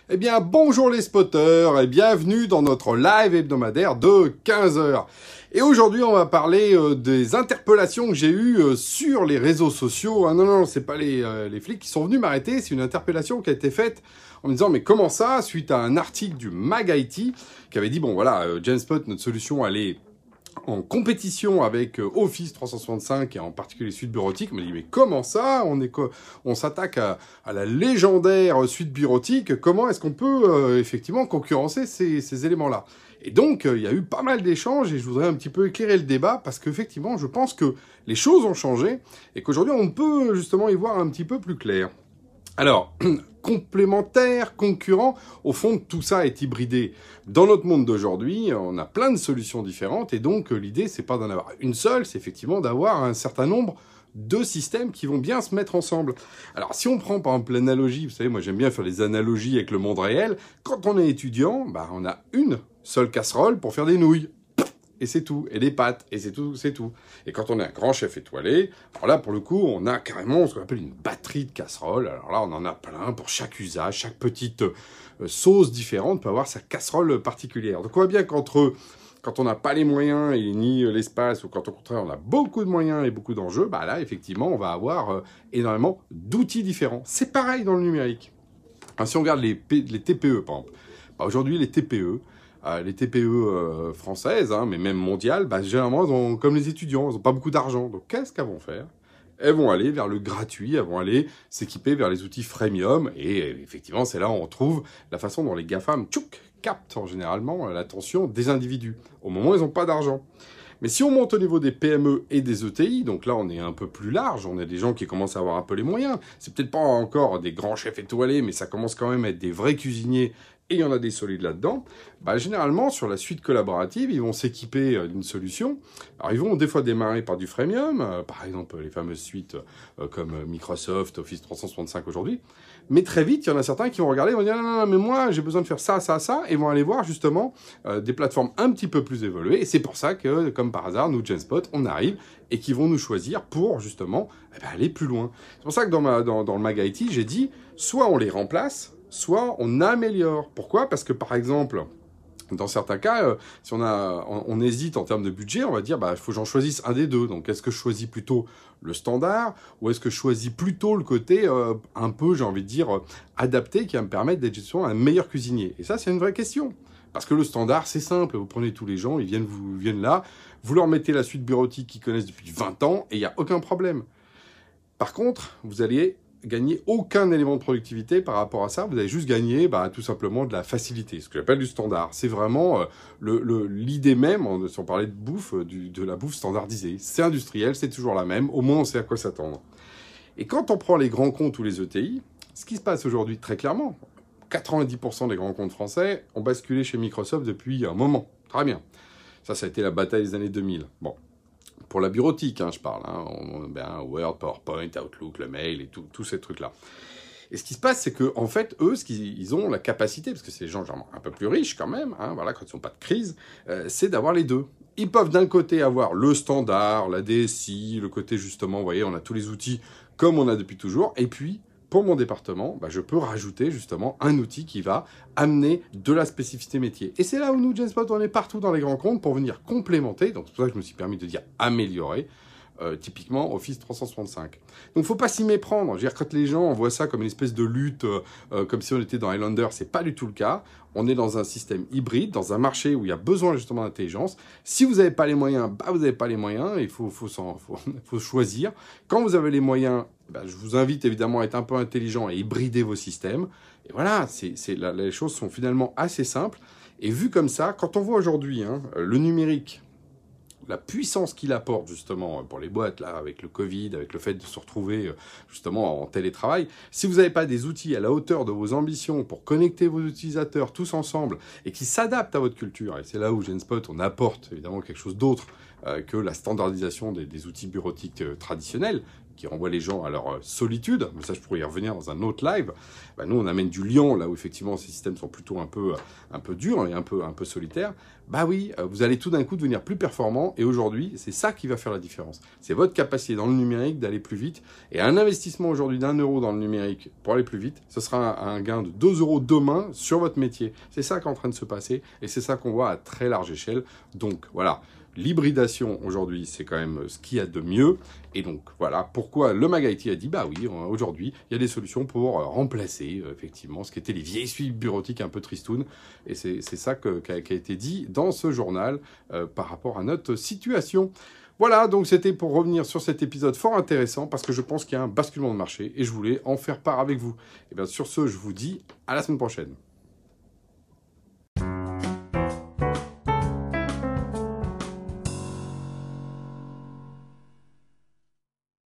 Eh bien, bonjour les spotters et bienvenue dans notre live hebdomadaire de 15 heures. Et aujourd'hui, on va parler des interpellations que j'ai eues sur les réseaux sociaux. Ah non, c'est pas les flics qui sont venus m'arrêter, c'est une interpellation qui a été faite en me disant « Mais comment ça ?» suite à un article du MagIT qui avait dit « Bon voilà, Genspot, notre solution, elle est en compétition avec Office 365 et en particulier suite bureautique. » On m'a dit, mais comment ça? On s'attaque à la légendaire suite bureautique. Comment est-ce qu'on peut effectivement concurrencer ces éléments-là? Et donc, il y a eu pas mal d'échanges et je voudrais un petit peu éclairer le débat parce qu'effectivement, je pense que les choses ont changé et qu'aujourd'hui, on peut justement y voir un petit peu plus clair. Alors, complémentaire, concurrent, au fond, tout ça est hybridé. Dans notre monde d'aujourd'hui, on a plein de solutions différentes et donc l'idée, c'est pas d'en avoir une seule, c'est effectivement d'avoir un certain nombre de systèmes qui vont bien se mettre ensemble. Alors, si on prend par exemple l'analogie, vous savez, moi j'aime bien faire des analogies avec le monde réel, quand on est étudiant, on a une seule casserole pour faire des nouilles. Et c'est tout, et des pâtes, et c'est tout. Et quand on est un grand chef étoilé, alors là, pour le coup, on a carrément ce qu'on appelle une batterie de casseroles. Alors là, on en a plein pour chaque usage, chaque petite sauce différente peut avoir sa casserole particulière. Donc on voit bien quand on n'a pas les moyens et ni l'espace, ou quand au contraire on a beaucoup de moyens et beaucoup d'enjeux, là, effectivement, on va avoir énormément d'outils différents. C'est pareil dans le numérique. Alors, si on regarde les TPE, par exemple, aujourd'hui, les TPE françaises, mais même mondiales, généralement, comme les étudiants, elles n'ont pas beaucoup d'argent. Donc, qu'est-ce qu'elles vont faire? Elles vont aller vers le gratuit, elles vont aller s'équiper vers les outils freemium. Et effectivement, c'est là où on trouve la façon dont les GAFAM captent généralement l'attention des individus, au moment où ils n'ont pas d'argent. Mais si on monte au niveau des PME et des ETI, donc là on est un peu plus large, on a des gens qui commencent à avoir un peu les moyens. C'est peut-être pas encore des grands chefs étoilés, mais ça commence quand même à être des vrais cuisiniers, et il y en a des solides là-dedans. Généralement, sur la suite collaborative, ils vont s'équiper d'une solution. Alors ils vont des fois démarrer par du freemium, par exemple les fameuses suites comme Microsoft, Office 365 aujourd'hui. Mais très vite, il y en a certains qui vont regarder et vont dire « Non, mais moi, j'ai besoin de faire ça, et vont aller voir justement des plateformes un petit peu plus évoluées. Et c'est pour ça que, comme par hasard, nous, Genspot, on arrive et qui vont nous choisir pour justement aller plus loin. C'est pour ça que dans le MagIT, j'ai dit soit on les remplace, soit on améliore. Pourquoi? Parce que par exemple, dans certains cas, si on hésite en termes de budget, on va dire il faut que j'en choisisse un des deux. Donc est-ce que je choisis plutôt le standard ou est-ce que je choisis plutôt le côté un peu, j'ai envie de dire, adapté qui va me permettre d'être justement un meilleur cuisinier? Et ça, c'est une vraie question. Parce que le standard, c'est simple. Vous prenez tous les gens, ils viennent là, vous leur mettez la suite bureautique qu'ils connaissent depuis 20 ans et il n'y a aucun problème. Par contre, vous allez gagner aucun élément de productivité par rapport à ça. Vous allez juste gagner tout simplement de la facilité, ce que j'appelle du standard. C'est vraiment l'idée même, si on parlait de bouffe, de la bouffe standardisée. C'est industriel, c'est toujours la même. Au moins, on sait à quoi s'attendre. Et quand on prend les grands comptes ou les ETI, ce qui se passe aujourd'hui très clairement, 90% des grands comptes français ont basculé chez Microsoft depuis un moment. Très bien. Ça a été la bataille des années 2000. Bon. Pour la bureautique, je parle. Word, PowerPoint, Outlook, le mail et tous ces trucs-là. Et ce qui se passe, c'est que en fait, eux, ils ont la capacité, parce que c'est des gens genre, un peu plus riches quand même, quand ils n'ont pas de crise, c'est d'avoir les deux. Ils peuvent d'un côté avoir le standard, la DSI, le côté justement, vous voyez, on a tous les outils comme on a depuis toujours, et puis pour mon département, je peux rajouter justement un outil qui va amener de la spécificité métier. Et c'est là où nous, Genspot, on est partout dans les grands comptes pour venir complémenter. Donc c'est pour ça que je me suis permis de dire améliorer. Typiquement Office 365. Donc il ne faut pas s'y méprendre. Je veux dire, quand les gens voient ça comme une espèce de lutte, comme si on était dans Highlander, c'est pas du tout le cas. On est dans un système hybride, dans un marché où il y a besoin justement d'intelligence. Si vous n'avez pas les moyens, vous n'avez pas les moyens, il faut choisir. Quand vous avez les moyens, je vous invite évidemment à être un peu intelligent et hybrider vos systèmes. Et voilà, les choses sont finalement assez simples. Et vu comme ça, quand on voit aujourd'hui le numérique, la puissance qu'il apporte justement pour les boîtes, là, avec le Covid, avec le fait de se retrouver justement en télétravail, si vous n'avez pas des outils à la hauteur de vos ambitions pour connecter vos utilisateurs tous ensemble et qui s'adaptent à votre culture, et c'est là où Genspot, on apporte évidemment quelque chose d'autre que la standardisation des outils bureautiques traditionnels, qui renvoie les gens à leur solitude, mais ça je pourrais y revenir dans un autre live, bah, nous on amène du lien, là où effectivement ces systèmes sont plutôt un peu durs et un peu solitaires, bah oui, vous allez tout d'un coup devenir plus performant, et aujourd'hui, c'est ça qui va faire la différence. C'est votre capacité dans le numérique d'aller plus vite, et un investissement aujourd'hui d'1 € dans le numérique pour aller plus vite, ce sera un gain de 2 € demain sur votre métier. C'est ça qui est en train de se passer, et c'est ça qu'on voit à très large échelle. Donc voilà, l'hybridation aujourd'hui, c'est quand même ce qu'il y a de mieux. Et donc voilà pourquoi le MagIT a dit, bah oui, aujourd'hui, il y a des solutions pour remplacer effectivement ce qui était les vieilles suites bureautiques un peu tristounes. Et c'est ça qui a été dit dans ce journal par rapport à notre situation. Voilà, donc c'était pour revenir sur cet épisode fort intéressant, parce que je pense qu'il y a un basculement de marché, et je voulais en faire part avec vous. Et bien sur ce, je vous dis à la semaine prochaine.